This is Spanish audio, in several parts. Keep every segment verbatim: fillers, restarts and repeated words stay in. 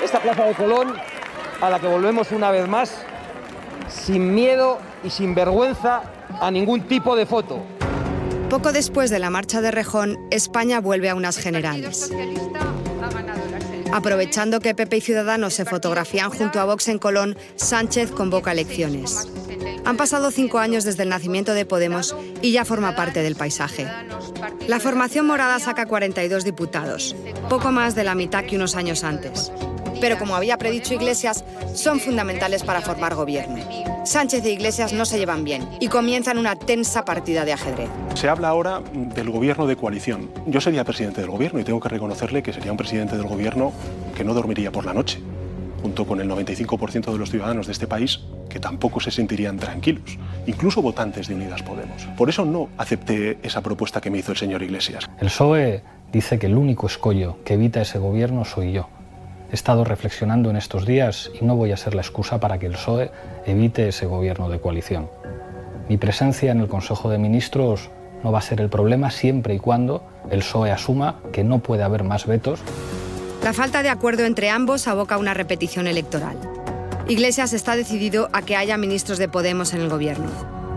esta plaza de Colón, a la que volvemos una vez más, sin miedo y sin vergüenza a ningún tipo de foto. Poco después de la marcha de Errejón, España vuelve a unas generales. Aprovechando que P P y Ciudadanos se fotografían junto a Vox en Colón, Sánchez convoca elecciones. Han pasado cinco años desde el nacimiento de Podemos y ya forma parte del paisaje. La formación morada saca cuarenta y dos diputados, poco más de la mitad que unos años antes. Pero como había predicho Iglesias, son fundamentales para formar gobierno. Sánchez e Iglesias no se llevan bien y comienzan una tensa partida de ajedrez. Se habla ahora del gobierno de coalición. Yo sería presidente del gobierno y tengo que reconocerle que sería un presidente del gobierno que no dormiría por la noche, junto con el noventa y cinco por ciento de los ciudadanos de este país que tampoco se sentirían tranquilos, incluso votantes de Unidas Podemos. Por eso no acepté esa propuesta que me hizo el señor Iglesias. El P S O E dice que el único escollo que evita ese gobierno soy yo. He estado reflexionando en estos días y no voy a ser la excusa para que el P S O E evite ese gobierno de coalición. Mi presencia en el Consejo de Ministros no va a ser el problema siempre y cuando el P S O E asuma que no puede haber más vetos. La falta de acuerdo entre ambos aboca a una repetición electoral. Iglesias está decidido a que haya ministros de Podemos en el gobierno.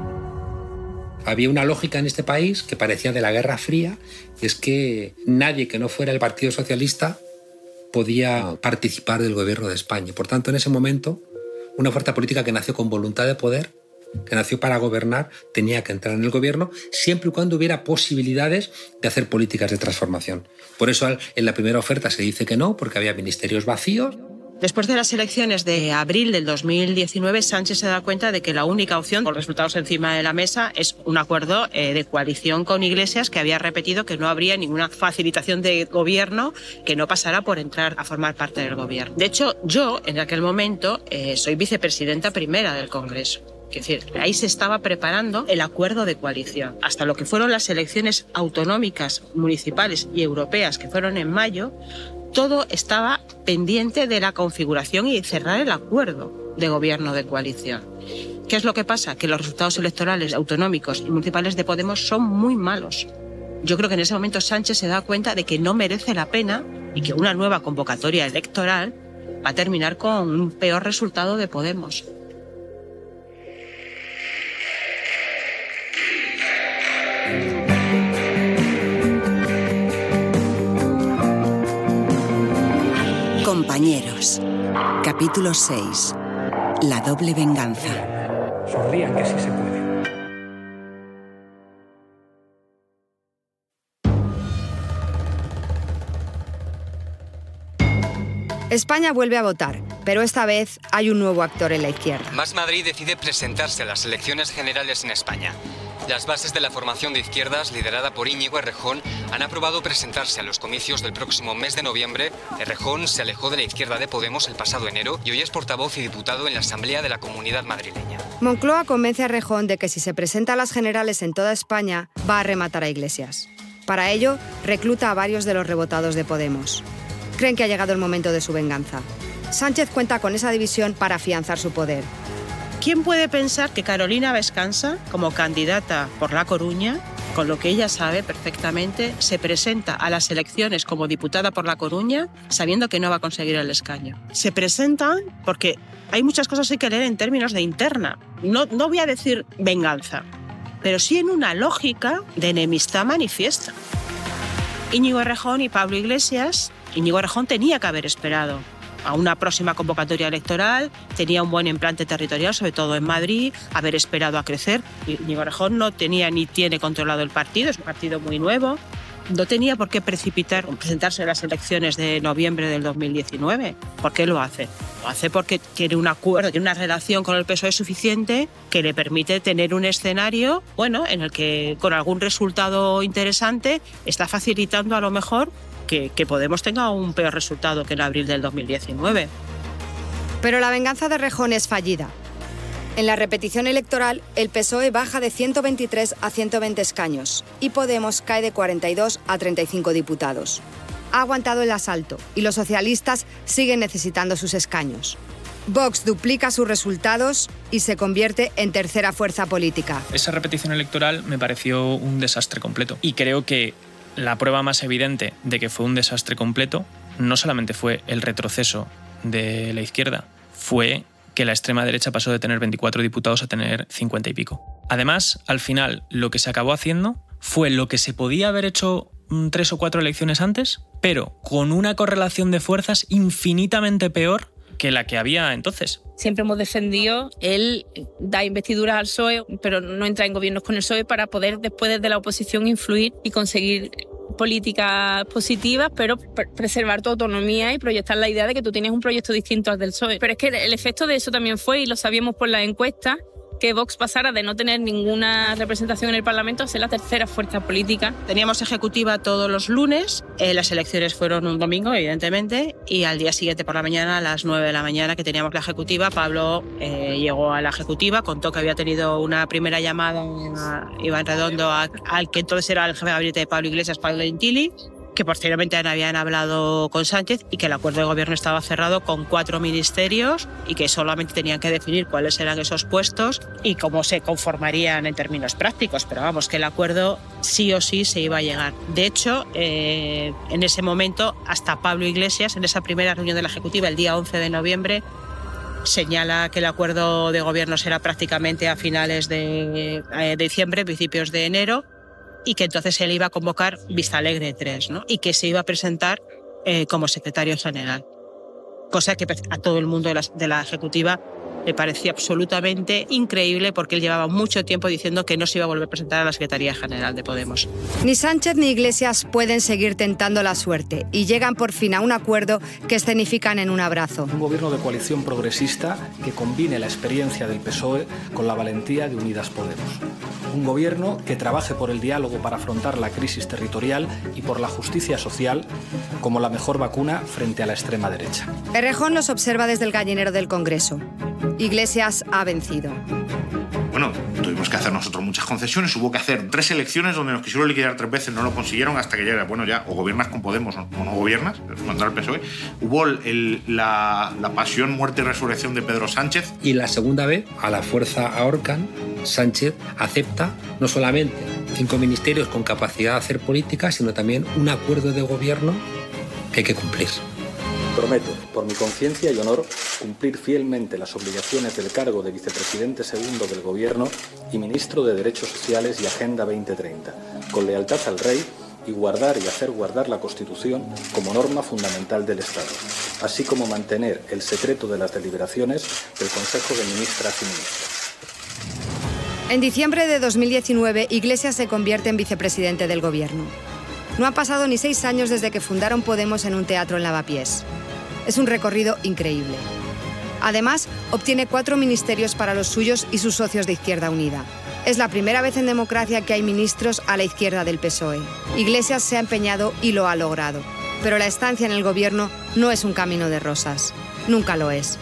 Había una lógica en este país que parecía de la Guerra Fría, y es que nadie que no fuera el Partido Socialista podía participar del gobierno de España. Por tanto, en ese momento, una fuerza política que nació con voluntad de poder, que nació para gobernar, tenía que entrar en el gobierno siempre y cuando hubiera posibilidades de hacer políticas de transformación. Por eso en la primera oferta se dice que no, porque había ministerios vacíos. Después de las elecciones de abril del dos mil diecinueve, Sánchez se da cuenta de que la única opción, con resultados encima de la mesa, es un acuerdo eh, de coalición con Iglesias, que había repetido que no habría ninguna facilitación de gobierno que no pasara por entrar a formar parte del gobierno. De hecho, yo, en aquel momento, eh, soy vicepresidenta primera del Congreso. Es decir, ahí se estaba preparando el acuerdo de coalición. Hasta lo que fueron las elecciones autonómicas, municipales y europeas, que fueron en mayo, todo estaba pendiente de la configuración y cerrar el acuerdo de gobierno de coalición. ¿Qué es lo que pasa? Que los resultados electorales autonómicos y municipales de Podemos son muy malos. Yo creo que en ese momento Sánchez se da cuenta de que no merece la pena y que una nueva convocatoria electoral va a terminar con un peor resultado de Podemos. Compañeros, capítulo seis. La doble venganza. Sonrían que sí se puede. España vuelve a votar, pero esta vez hay un nuevo actor en la izquierda. Más Madrid decide presentarse a las elecciones generales en España. Las bases de la formación de izquierdas, liderada por Íñigo Errejón, han aprobado presentarse a los comicios del próximo mes de noviembre. Errejón se alejó de la izquierda de Podemos el pasado enero y hoy es portavoz y diputado en la Asamblea de la Comunidad Madrileña. Moncloa convence a Errejón de que si se presenta a las generales en toda España, va a rematar a Iglesias. Para ello, recluta a varios de los revotados de Podemos. Creen que ha llegado el momento de su venganza. Sánchez cuenta con esa división para afianzar su poder. ¿Quién puede pensar que Carolina Vescansa, como candidata por La Coruña, con lo que ella sabe perfectamente, se presenta a las elecciones como diputada por La Coruña sabiendo que no va a conseguir el escaño? Se presentan porque hay muchas cosas que hay que leer en términos de interna. No, no voy a decir venganza, pero sí en una lógica de enemistad manifiesta. Íñigo Errejón y Pablo Iglesias, Íñigo Errejón tenía que haber esperado a una próxima convocatoria electoral, tenía un buen implante territorial, sobre todo en Madrid, haber esperado a crecer. Íñigo Errejón no tenía ni tiene controlado el partido, es un partido muy nuevo. No tenía por qué precipitar, presentarse en las elecciones de noviembre del dos mil diecinueve. ¿Por qué lo hace? Lo hace porque tiene un acuerdo, tiene una relación con el P S O E suficiente que le permite tener un escenario, bueno, en el que con algún resultado interesante está facilitando a lo mejor Que, que Podemos tenga un peor resultado que en abril del dos mil diecinueve. Pero la venganza de Errejón es fallida. En la repetición electoral, el P S O E baja de ciento veintitrés a ciento veinte escaños y Podemos cae de cuarenta y dos a treinta y cinco diputados. Ha aguantado el asalto y los socialistas siguen necesitando sus escaños. Vox duplica sus resultados y se convierte en tercera fuerza política. Esa repetición electoral me pareció un desastre completo y creo que la prueba más evidente de que fue un desastre completo no solamente fue el retroceso de la izquierda fue que la extrema derecha pasó de tener veinticuatro diputados a tener cincuenta y pico. Además, al final, lo que se acabó haciendo fue lo que se podía haber hecho tres o cuatro elecciones antes, pero con una correlación de fuerzas infinitamente peor que la que había entonces. Siempre hemos defendido el dar investiduras al P S O E, pero no entrar en gobiernos con el P S O E para poder después desde la oposición influir y conseguir políticas positivas, pero preservar tu autonomía y proyectar la idea de que tú tienes un proyecto distinto al del P S O E. Pero es que el efecto de eso también fue, y lo sabíamos por las encuestas, que Vox pasara de no tener ninguna representación en el Parlamento a ser la tercera fuerza política. Teníamos ejecutiva todos los lunes, eh, las elecciones fueron un domingo, evidentemente, y al día siguiente por la mañana, a las nueve de la mañana que teníamos la ejecutiva, Pablo eh, llegó a la ejecutiva, contó que había tenido una primera llamada a Iván Redondo, a, al que entonces era el jefe de gabinete de Pablo Iglesias, Pablo Gentili, que posteriormente habían hablado con Sánchez y que el acuerdo de gobierno estaba cerrado con cuatro ministerios y que solamente tenían que definir cuáles eran esos puestos y cómo se conformarían en términos prácticos. Pero vamos, que el acuerdo sí o sí se iba a llegar. De hecho, eh, en ese momento, hasta Pablo Iglesias, en esa primera reunión de la Ejecutiva, el día once de noviembre, señala que el acuerdo de gobierno será prácticamente a finales de, de diciembre, principios de enero, y que entonces él iba a convocar Vistalegre tres, ¿no? Y que se iba a presentar eh, como secretario general. Cosa que a todo el mundo de la, de la Ejecutiva le parecía absolutamente increíble, porque él llevaba mucho tiempo diciendo que no se iba a volver a presentar a la Secretaría General de Podemos. Ni Sánchez ni Iglesias pueden seguir tentando la suerte y llegan por fin a un acuerdo que escenifican en un abrazo. Un gobierno de coalición progresista que combine la experiencia del P S O E con la valentía de Unidas Podemos. Un gobierno que trabaje por el diálogo para afrontar la crisis territorial y por la justicia social como la mejor vacuna frente a la extrema derecha. Errejón los observa desde el gallinero del Congreso. Iglesias ha vencido. Bueno, tuvimos que hacer nosotros muchas concesiones, hubo que hacer tres elecciones donde nos quisieron liquidar tres veces, no lo consiguieron, hasta que ya era, bueno, ya o gobiernas con Podemos o no gobiernas, mandar al P S O E. Hubo el, la, la pasión, muerte y resurrección de Pedro Sánchez. Y la segunda vez, a la fuerza ahorcan, Sánchez acepta no solamente cinco ministerios con capacidad de hacer política, sino también un acuerdo de gobierno que hay que cumplir. Prometo, por mi conciencia y honor, cumplir fielmente las obligaciones del cargo de vicepresidente segundo del Gobierno y ministro de Derechos Sociales y Agenda veinte treinta, con lealtad al Rey y guardar y hacer guardar la Constitución como norma fundamental del Estado, así como mantener el secreto de las deliberaciones del Consejo de Ministras y Ministros. En diciembre de dos mil diecinueve, Iglesias se convierte en vicepresidente del Gobierno. No han pasado ni seis años desde que fundaron Podemos en un teatro en Lavapiés. Es un recorrido increíble. Además, obtiene cuatro ministerios para los suyos y sus socios de Izquierda Unida. Es la primera vez en democracia que hay ministros a la izquierda del P S O E. Iglesias se ha empeñado y lo ha logrado. Pero la estancia en el gobierno no es un camino de rosas. Nunca lo es.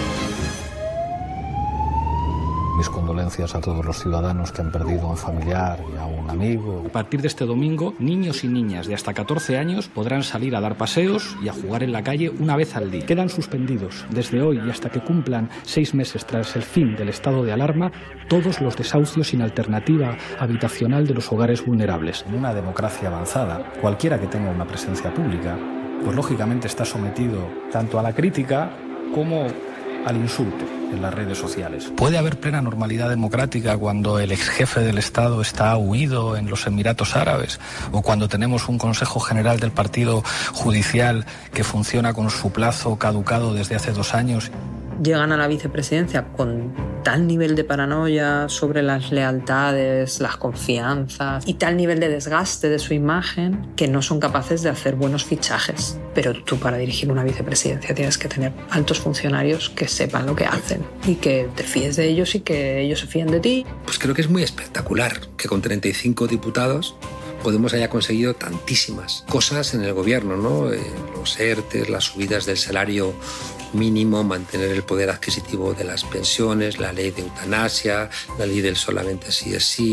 Mis condolencias a todos los ciudadanos que han perdido a un familiar y a un amigo. A partir de este domingo, niños y niñas de hasta catorce años podrán salir a dar paseos y a jugar en la calle una vez al día. Quedan suspendidos desde hoy y hasta que cumplan seis meses tras el fin del estado de alarma todos los desahucios sin alternativa habitacional de los hogares vulnerables. En una democracia avanzada, cualquiera que tenga una presencia pública, pues lógicamente está sometido tanto a la crítica como al insulto en las redes sociales. ¿Puede haber plena normalidad democrática cuando el ex jefe del Estado está huido en los Emiratos Árabes o cuando tenemos un Consejo General del Partido Judicial que funciona con su plazo caducado desde hace dos años? Llegan a la vicepresidencia con tal nivel de paranoia sobre las lealtades, las confianzas y tal nivel de desgaste de su imagen que no son capaces de hacer buenos fichajes. Pero tú, para dirigir una vicepresidencia, tienes que tener altos funcionarios que sepan lo que hacen y que te fíes de ellos y que ellos se fíen de ti. Pues creo que es muy espectacular que con treinta y cinco diputados Podemos haya conseguido tantísimas cosas en el gobierno, ¿no? Eh, los ERTES, las subidas del salario mínimo, mantener el poder adquisitivo de las pensiones, la ley de eutanasia, la ley del solamente sí es sí,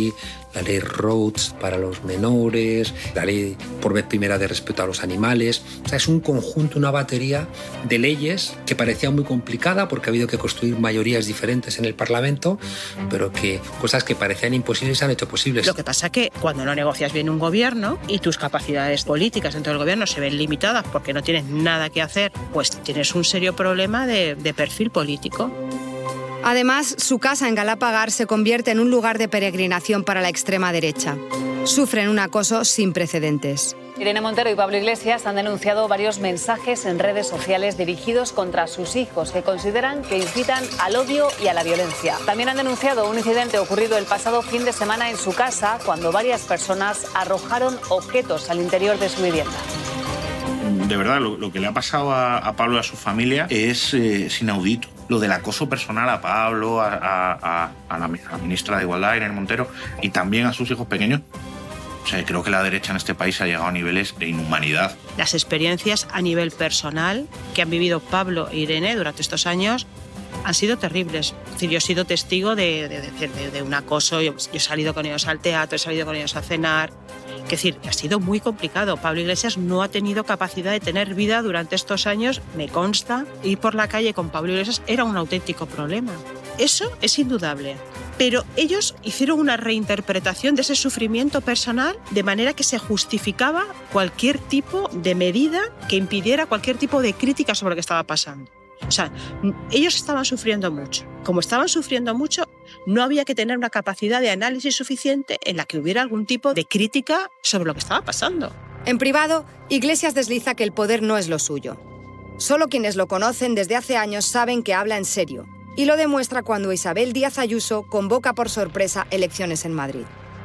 la ley Rhodes para los menores, la ley por vez primera de respeto a los animales. O sea, es un conjunto, una batería de leyes que parecía muy complicada porque ha habido que construir mayorías diferentes en el Parlamento, pero que cosas que parecían imposibles se han hecho posibles. Lo que pasa es que cuando no negocias bien un gobierno y tus capacidades políticas dentro del gobierno se ven limitadas porque no tienes nada que hacer, pues tienes un serio problema de, de perfil político. Además, su casa en Galapagar se convierte en un lugar de peregrinación para la extrema derecha. Sufren un acoso sin precedentes. Irene Montero y Pablo Iglesias han denunciado varios mensajes en redes sociales dirigidos contra sus hijos que consideran que incitan al odio y a la violencia. También han denunciado un incidente ocurrido el pasado fin de semana en su casa cuando varias personas arrojaron objetos al interior de su vivienda. De verdad, lo, lo que le ha pasado a, a Pablo y a su familia es, eh, es inaudito. Lo del acoso personal a Pablo, a, a, a, la, a la ministra de Igualdad, Irene Montero, y también a sus hijos pequeños. O sea, creo que la derecha en este país ha llegado a niveles de inhumanidad. Las experiencias a nivel personal que han vivido Pablo e Irene durante estos años han sido terribles. Es decir, yo he sido testigo de, de, de, de un acoso, yo, yo he salido con ellos al teatro, he salido con ellos a cenar. Es decir, ha sido muy complicado. Pablo Iglesias no ha tenido capacidad de tener vida durante estos años, me consta. Ir por la calle con Pablo Iglesias era un auténtico problema. Eso es indudable. Pero ellos hicieron una reinterpretación de ese sufrimiento personal de manera que se justificaba cualquier tipo de medida que impidiera cualquier tipo de crítica sobre lo que estaba pasando. O sea, ellos estaban sufriendo mucho. Como estaban sufriendo mucho, no había que tener una capacidad de análisis suficiente en la que hubiera algún tipo de crítica sobre lo que estaba pasando. En privado, Iglesias desliza que el poder no es lo suyo. Solo quienes lo conocen desde hace años saben que habla en serio. Y lo demuestra cuando Isabel Díaz Ayuso convoca por sorpresa elecciones en Madrid.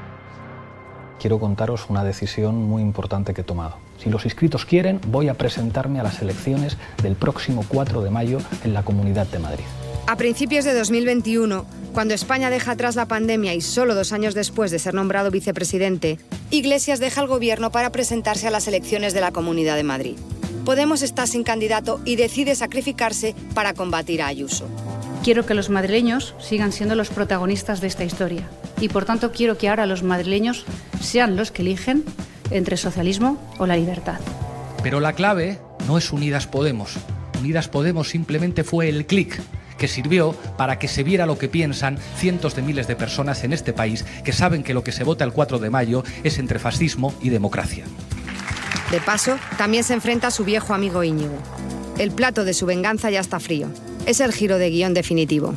Quiero contaros una decisión muy importante que he tomado. Si los inscritos quieren, voy a presentarme a las elecciones del próximo cuatro de mayo en la Comunidad de Madrid. A principios de dos mil veintiuno, cuando España deja atrás la pandemia y solo dos años después de ser nombrado vicepresidente, Iglesias deja el gobierno para presentarse a las elecciones de la Comunidad de Madrid. Podemos está sin candidato y decide sacrificarse para combatir a Ayuso. Quiero que los madrileños sigan siendo los protagonistas de esta historia y, por tanto, quiero que ahora los madrileños sean los que eligen entre socialismo o la libertad. Pero la clave no es Unidas Podemos. Unidas Podemos simplemente fue el clic que sirvió para que se viera lo que piensan cientos de miles de personas en este país que saben que lo que se vota el cuatro de mayo es entre fascismo y democracia. De paso, también se enfrenta a su viejo amigo Íñigo. El plato de su venganza ya está frío. Es el giro de guión definitivo.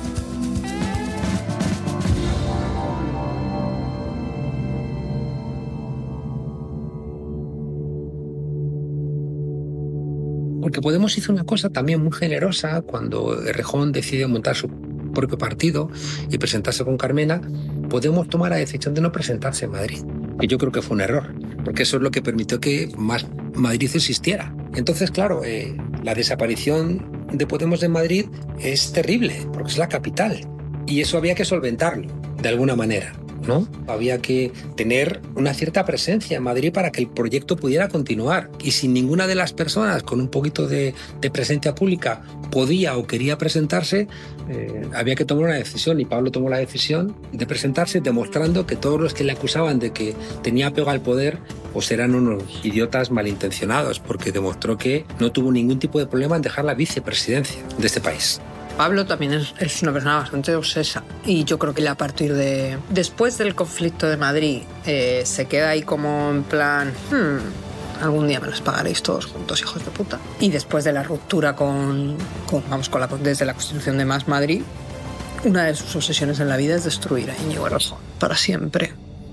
Porque Podemos hizo una cosa también muy generosa cuando Errejón decide montar su propio partido y presentarse con Carmena. Podemos tomar la decisión de no presentarse en Madrid, que yo creo que fue un error, porque eso es lo que permitió que más Madrid existiera. Entonces, claro, eh, la desaparición de Podemos en Madrid es terrible, porque es la capital. Y eso había que solventarlo, de alguna manera, ¿no? Había que tener una cierta presencia en Madrid para que el proyecto pudiera continuar. Y si ninguna de las personas con un poquito de, de presencia pública podía o quería presentarse, eh, había que tomar una decisión. Y Pablo tomó la decisión de presentarse, demostrando que todos los que le acusaban de que tenía apego al poder pues eran unos idiotas malintencionados, porque demostró que no tuvo ningún tipo de problema en dejar la vicepresidencia de este país. Pablo también es, es una persona bastante obsesa y yo creo que a partir de... Después del conflicto de Madrid eh, se queda ahí como en plan... Hmm, algún día me las pagaréis todos juntos, hijos de puta. Y después de la ruptura con... con vamos, con la, desde la constitución de Más Madrid, una de sus obsesiones en la vida es destruir a Íñigo Errejón para siempre.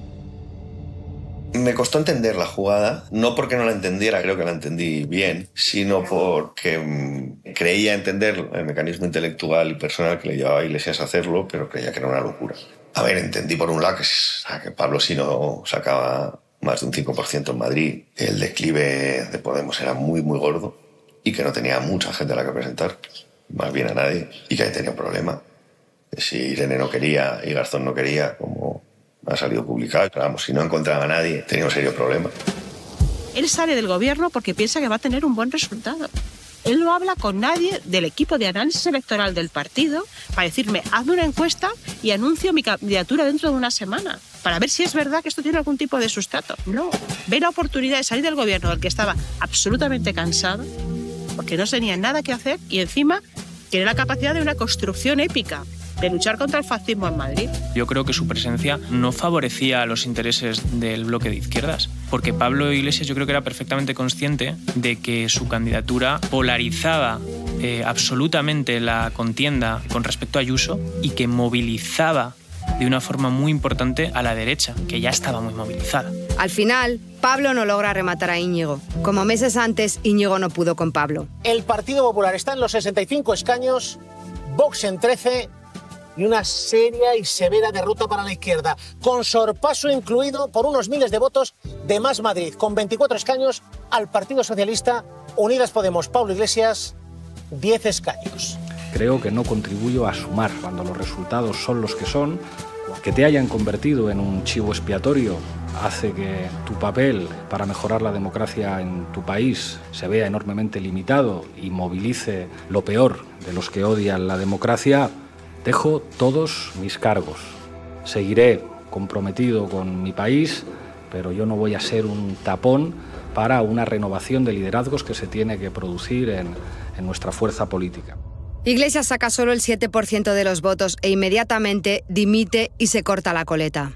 Me costó entender la jugada, no porque no la entendiera, creo que la entendí bien, sino porque mmm, creía entender el mecanismo intelectual y personal que le llevaba a Iglesias a hacerlo, pero creía que era una locura. A ver, entendí por un lado que, que Pablo, si no sacaba más de un cinco por ciento en Madrid, el declive de Podemos era muy, muy gordo y que no tenía mucha gente a la que presentar, más bien a nadie, y que ahí tenía un problema. Si Irene no quería y Garzón no quería, como ha salido publicado, pero vamos, si no encontraba a nadie, tenía un serio problema. Él sale del gobierno porque piensa que va a tener un buen resultado. Él no habla con nadie del equipo de análisis electoral del partido para decirme, hazme una encuesta y anuncio mi candidatura dentro de una semana, para ver si es verdad que esto tiene algún tipo de sustrato. No, ve la oportunidad de salir del gobierno del que estaba absolutamente cansado, porque no tenía nada que hacer, y encima tiene la capacidad de una construcción épica, de luchar contra el fascismo en Madrid. Yo creo que su presencia no favorecía a los intereses del bloque de izquierdas, porque Pablo Iglesias yo creo que era perfectamente consciente de que su candidatura polarizaba eh, absolutamente la contienda con respecto a Ayuso y que movilizaba de una forma muy importante a la derecha, que ya estaba muy movilizada. Al final, Pablo no logra rematar a Íñigo. Como meses antes, Íñigo no pudo con Pablo. El Partido Popular está en los sesenta y cinco escaños, Vox en trece y una seria y severa derrota para la izquierda, con sorpaso incluido por unos miles de votos de Más Madrid, con veinticuatro escaños al Partido Socialista. Unidas Podemos, Pablo Iglesias, diez escaños. Creo que no contribuyo a sumar cuando los resultados son los que son. Que te hayan convertido en un chivo expiatorio hace que tu papel para mejorar la democracia en tu país se vea enormemente limitado y movilice lo peor de los que odian la democracia. Dejo todos mis cargos. Seguiré comprometido con mi país, pero yo no voy a ser un tapón para una renovación de liderazgos que se tiene que producir en, en nuestra fuerza política. Iglesias saca solo el siete por ciento de los votos e inmediatamente dimite y se corta la coleta.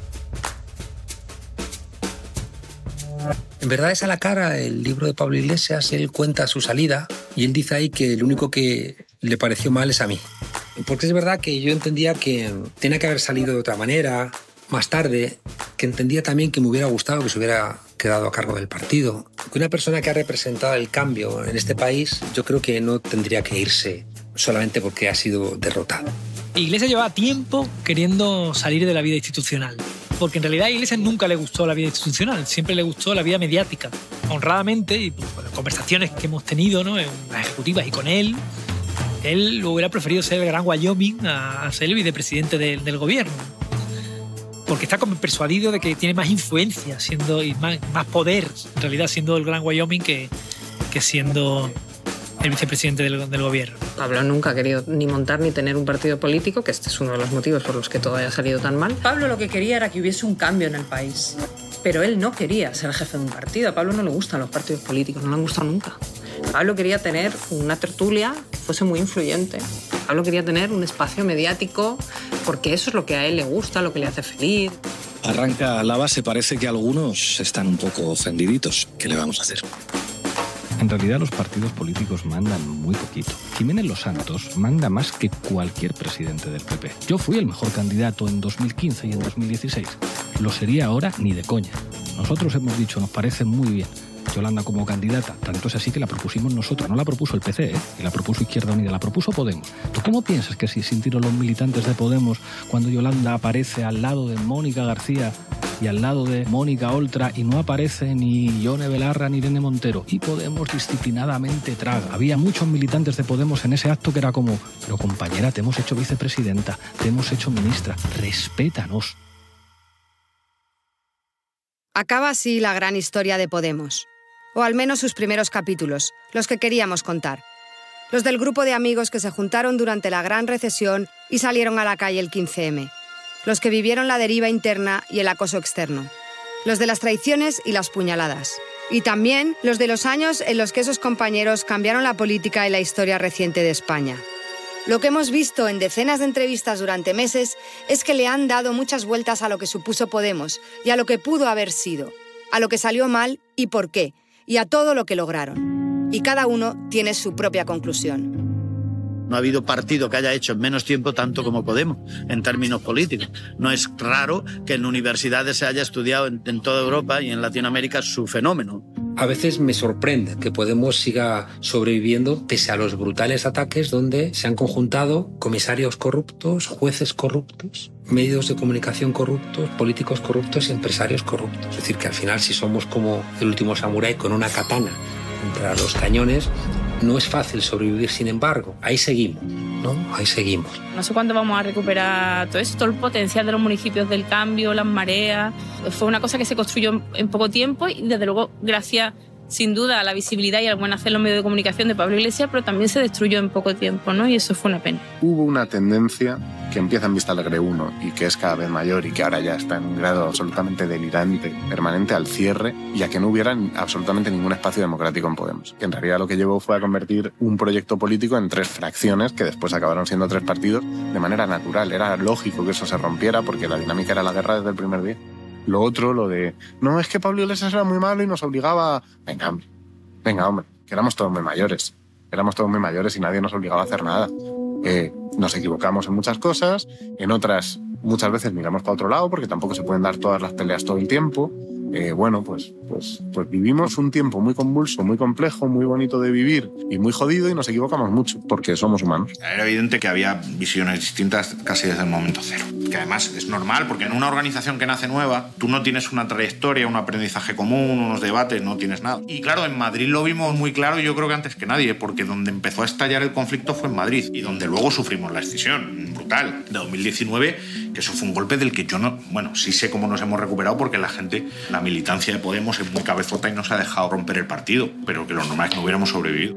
En verdad es a la cara el libro de Pablo Iglesias. Él cuenta su salida y él dice ahí que lo único que le pareció mal es a mí. Porque es verdad que yo entendía que tenía que haber salido de otra manera, más tarde, que entendía también que me hubiera gustado que se hubiera quedado a cargo del partido. Que una persona que ha representado el cambio en este país, yo creo que no tendría que irse solamente porque ha sido derrotado. Iglesias llevaba tiempo queriendo salir de la vida institucional, porque en realidad a Iglesias nunca le gustó la vida institucional, siempre le gustó la vida mediática. Honradamente, y por las conversaciones que hemos tenido, ¿no?, en las ejecutivas y con él, él hubiera preferido ser el gran Wyoming a, a ser el vicepresidente de, del gobierno, porque está como persuadido de que tiene más influencia siendo, y más, más poder, en realidad, siendo el gran Wyoming que, que siendo el vicepresidente del, del gobierno. Pablo nunca ha querido ni montar ni tener un partido político, que este es uno de los motivos por los que todo haya salido tan mal. Pablo lo que quería era que hubiese un cambio en el país, pero él no quería ser el jefe de un partido. A Pablo no le gustan los partidos políticos, no le han gustado nunca. Pablo quería tener una tertulia que fuese muy influyente. Pablo quería tener un espacio mediático porque eso es lo que a él le gusta, lo que le hace feliz. Arranca la base, parece que algunos están un poco ofendiditos. ¿Qué le vamos a hacer? En realidad los partidos políticos mandan muy poquito. Jiménez Los Santos manda más que cualquier presidente del P P. Yo fui el mejor candidato en dos mil quince y en dos mil dieciséis. Lo sería ahora ni de coña. Nosotros hemos dicho, nos parece muy bien Yolanda como candidata. Tanto es así que la propusimos nosotros. No la propuso el P C, ¿eh? Y la propuso Izquierda Unida, la propuso Podemos. ¿Tú cómo piensas que si sintieron los militantes de Podemos cuando Yolanda aparece al lado de Mónica García y al lado de Mónica Oltra y no aparece ni Yone Belarra ni Irene Montero? Y Podemos disciplinadamente traga. Había muchos militantes de Podemos en ese acto que era como, pero compañera, te hemos hecho vicepresidenta, te hemos hecho ministra, respétanos. Acaba así la gran historia de Podemos. O al menos sus primeros capítulos, los que queríamos contar. Los del grupo de amigos que se juntaron durante la gran recesión y salieron a la calle el quince eme. Los que vivieron la deriva interna y el acoso externo. Los de las traiciones y las puñaladas. Y también los de los años en los que esos compañeros cambiaron la política y la historia reciente de España. Lo que hemos visto en decenas de entrevistas durante meses es que le han dado muchas vueltas a lo que supuso Podemos y a lo que pudo haber sido, a lo que salió mal y por qué, y a todo lo que lograron. Y cada uno tiene su propia conclusión. No ha habido partido que haya hecho en menos tiempo tanto como Podemos, en términos políticos. No es raro que en universidades se haya estudiado en, en toda Europa y en Latinoamérica su fenómeno. A veces me sorprende que Podemos siga sobreviviendo pese a los brutales ataques donde se han conjuntado comisarios corruptos, jueces corruptos, medios de comunicación corruptos, políticos corruptos y empresarios corruptos. Es decir, que al final, si somos como el último samurái con una katana contra los cañones, no es fácil sobrevivir. Sin embargo, ahí seguimos, ¿no? Ahí seguimos. No sé cuándo vamos a recuperar todo eso, todo el potencial de los municipios del cambio, las mareas. Fue una cosa que se construyó en poco tiempo y, desde luego, gracias sin duda, la visibilidad y el buen hacer en los medios de comunicación de Pablo Iglesias, pero también se destruyó en poco tiempo, ¿no? Y eso fue una pena. Hubo una tendencia que empieza en Vista Alegre uno y que es cada vez mayor y que ahora ya está en un grado absolutamente delirante, permanente, al cierre y a que no hubiera absolutamente ningún espacio democrático en Podemos. Que en realidad lo que llevó fue a convertir un proyecto político en tres fracciones que después acabaron siendo tres partidos de manera natural. Era lógico que eso se rompiera porque la dinámica era la guerra desde el primer día. Lo otro, lo de, no, es que Pablo Iglesias era muy malo y nos obligaba a... Venga, hombre, venga, hombre, que éramos todos muy mayores. Éramos todos muy mayores y nadie nos obligaba a hacer nada. Eh, nos equivocamos en muchas cosas, en otras muchas veces miramos para otro lado porque tampoco se pueden dar todas las peleas todo el tiempo. Eh, bueno, pues, pues, pues vivimos un tiempo muy convulso, muy complejo, muy bonito de vivir y muy jodido y nos equivocamos mucho porque somos humanos. Era evidente que había visiones distintas casi desde el momento cero. Que además es normal porque en una organización que nace nueva tú no tienes una trayectoria, un aprendizaje común, unos debates, no tienes nada. Y claro, en Madrid lo vimos muy claro, yo creo que antes que nadie, porque donde empezó a estallar el conflicto fue en Madrid y donde luego sufrimos la escisión brutal de dos mil diecinueve, que eso fue un golpe del que yo no... Bueno, sí sé cómo nos hemos recuperado porque la gente... La militancia de Podemos es muy cabezota y no se ha dejado romper el partido, pero que lo normal es que no hubiéramos sobrevivido.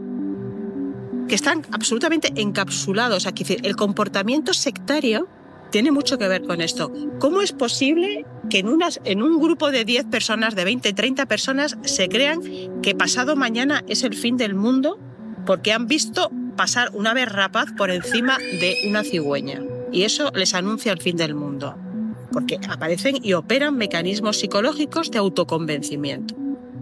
Que están absolutamente encapsulados. Aquí, el comportamiento sectario tiene mucho que ver con esto. ¿Cómo es posible que en, unas, en un grupo de diez personas, de veinte, treinta personas, se crean que pasado mañana es el fin del mundo porque han visto pasar un ave rapaz por encima de una cigüeña? Y eso les anuncia el fin del mundo. Porque aparecen y operan mecanismos psicológicos de autoconvencimiento.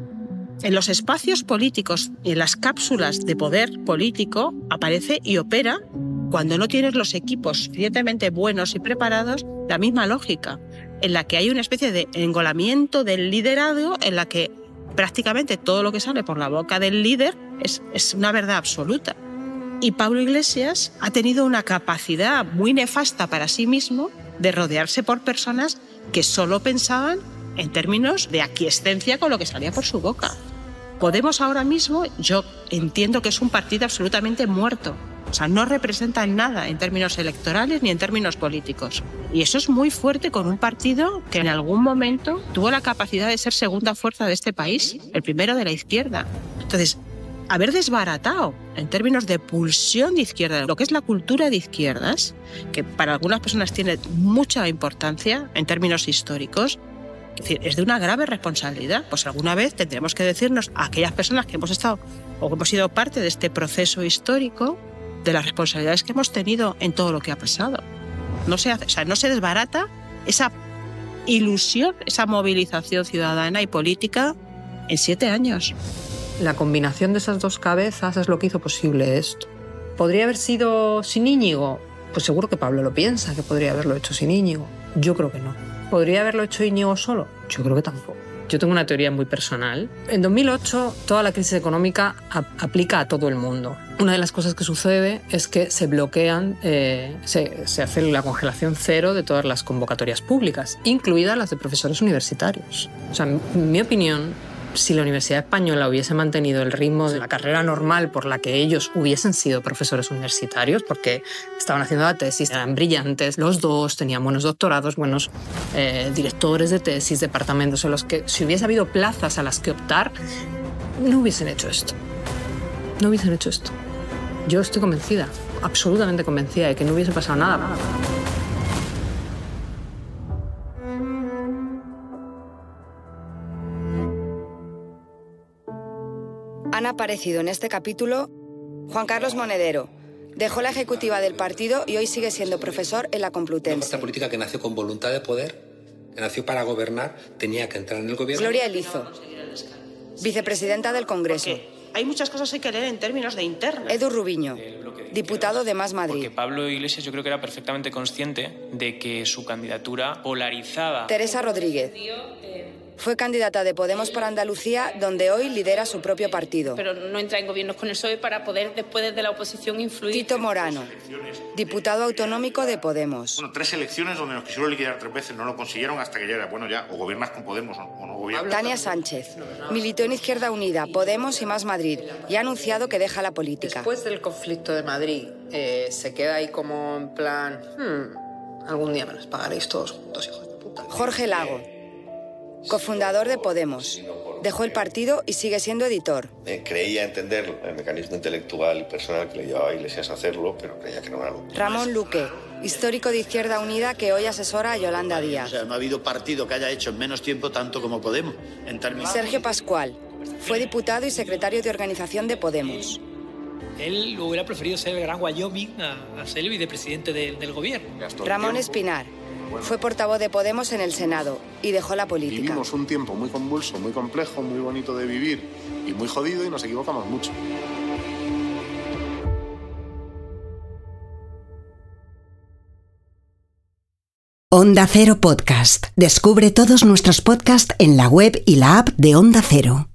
En los espacios políticos y en las cápsulas de poder político aparece y opera, cuando no tienes los equipos suficientemente buenos y preparados, la misma lógica, en la que hay una especie de engolamiento del liderazgo, en la que prácticamente todo lo que sale por la boca del líder es, es una verdad absoluta. Y Pablo Iglesias ha tenido una capacidad muy nefasta para sí mismo de rodearse por personas que solo pensaban en términos de aquiescencia con lo que salía por su boca. Podemos ahora mismo, yo entiendo que es un partido absolutamente muerto. O sea, no representa nada en términos electorales ni en términos políticos. Y eso es muy fuerte con un partido que en algún momento tuvo la capacidad de ser segunda fuerza de este país, el primero de la izquierda. Entonces, haber desbaratado en términos de pulsión de izquierda, lo que es la cultura de izquierdas, que para algunas personas tiene mucha importancia en términos históricos, es decir, es de una grave responsabilidad. Pues alguna vez tendremos que decirnos a aquellas personas que hemos estado o que hemos sido parte de este proceso histórico de las responsabilidades que hemos tenido en todo lo que ha pasado. No se hace, o sea, no se desbarata esa ilusión, esa movilización ciudadana y política en siete años. La combinación de esas dos cabezas es lo que hizo posible esto. ¿Podría haber sido sin Íñigo? Pues seguro que Pablo lo piensa, que podría haberlo hecho sin Íñigo. Yo creo que no. ¿Podría haberlo hecho Íñigo solo? Yo creo que tampoco. Yo tengo una teoría muy personal. En dos mil ocho, toda la crisis económica a- aplica a todo el mundo. Una de las cosas que sucede es que se bloquean, eh, se, se hace la congelación cero de todas las convocatorias públicas, incluidas las de profesores universitarios. O sea, en mi opinión, si la Universidad Española hubiese mantenido el ritmo de la carrera normal por la que ellos hubiesen sido profesores universitarios, porque estaban haciendo la tesis, eran brillantes, los dos tenían buenos doctorados, buenos eh, directores de tesis, departamentos en los que si hubiese habido plazas a las que optar, no hubiesen hecho esto. No hubiesen hecho esto. Yo estoy convencida, absolutamente convencida de que no hubiese pasado nada. nada. Han aparecido en este capítulo Juan Carlos Monedero. Dejó la ejecutiva del partido y hoy sigue siendo profesor en la Complutense. Esta política que nació con voluntad de poder, que nació para gobernar, tenía que entrar en el gobierno. Gloria Elizo, vicepresidenta del Congreso. Hay muchas cosas que hay que leer en términos de interna. Edu Rubiño, diputado de Más Madrid. Porque Pablo Iglesias yo creo que era perfectamente consciente de que su candidatura polarizada. Teresa Rodríguez. Fue candidata de Podemos por Andalucía, donde hoy lidera su propio partido. Pero no entra en gobiernos con el P S O E para poder, después desde la oposición, influir. Tito Morano, diputado autonómico de Podemos. Bueno, tres elecciones donde nos quisieron liquidar tres veces, no lo consiguieron hasta que ya era, bueno, ya, o gobiernas con Podemos o, o no gobiernas. Tania Sánchez, militó en Izquierda Unida, Podemos y Más Madrid, y ha anunciado que deja la política. Después del conflicto de Madrid, eh, se queda ahí como en plan... Hmm, algún día me los pagaréis todos juntos, hijos de puta. Jorge Lago, cofundador de Podemos. Dejó el partido y sigue siendo editor. Eh, creía entender el mecanismo intelectual y personal que le llevaba a Iglesias a hacerlo, pero creía que no era algo. Ramón Luque, histórico de Izquierda Unida que hoy asesora a Yolanda Díaz. O sea, no ha habido partido que haya hecho en menos tiempo tanto como Podemos. En términos... Sergio Pascual, fue diputado y secretario de organización de Podemos. Él hubiera preferido ser el gran Wyoming a, a ser el vicepresidente de, del gobierno. Ramón Espinar, fue portavoz de Podemos en el Senado y dejó la política. Vivimos un tiempo muy convulso, muy complejo, muy bonito de vivir y muy jodido y nos equivocamos mucho. Onda Cero Podcast. Descubre todos nuestros podcasts en la web y la app de Onda Cero.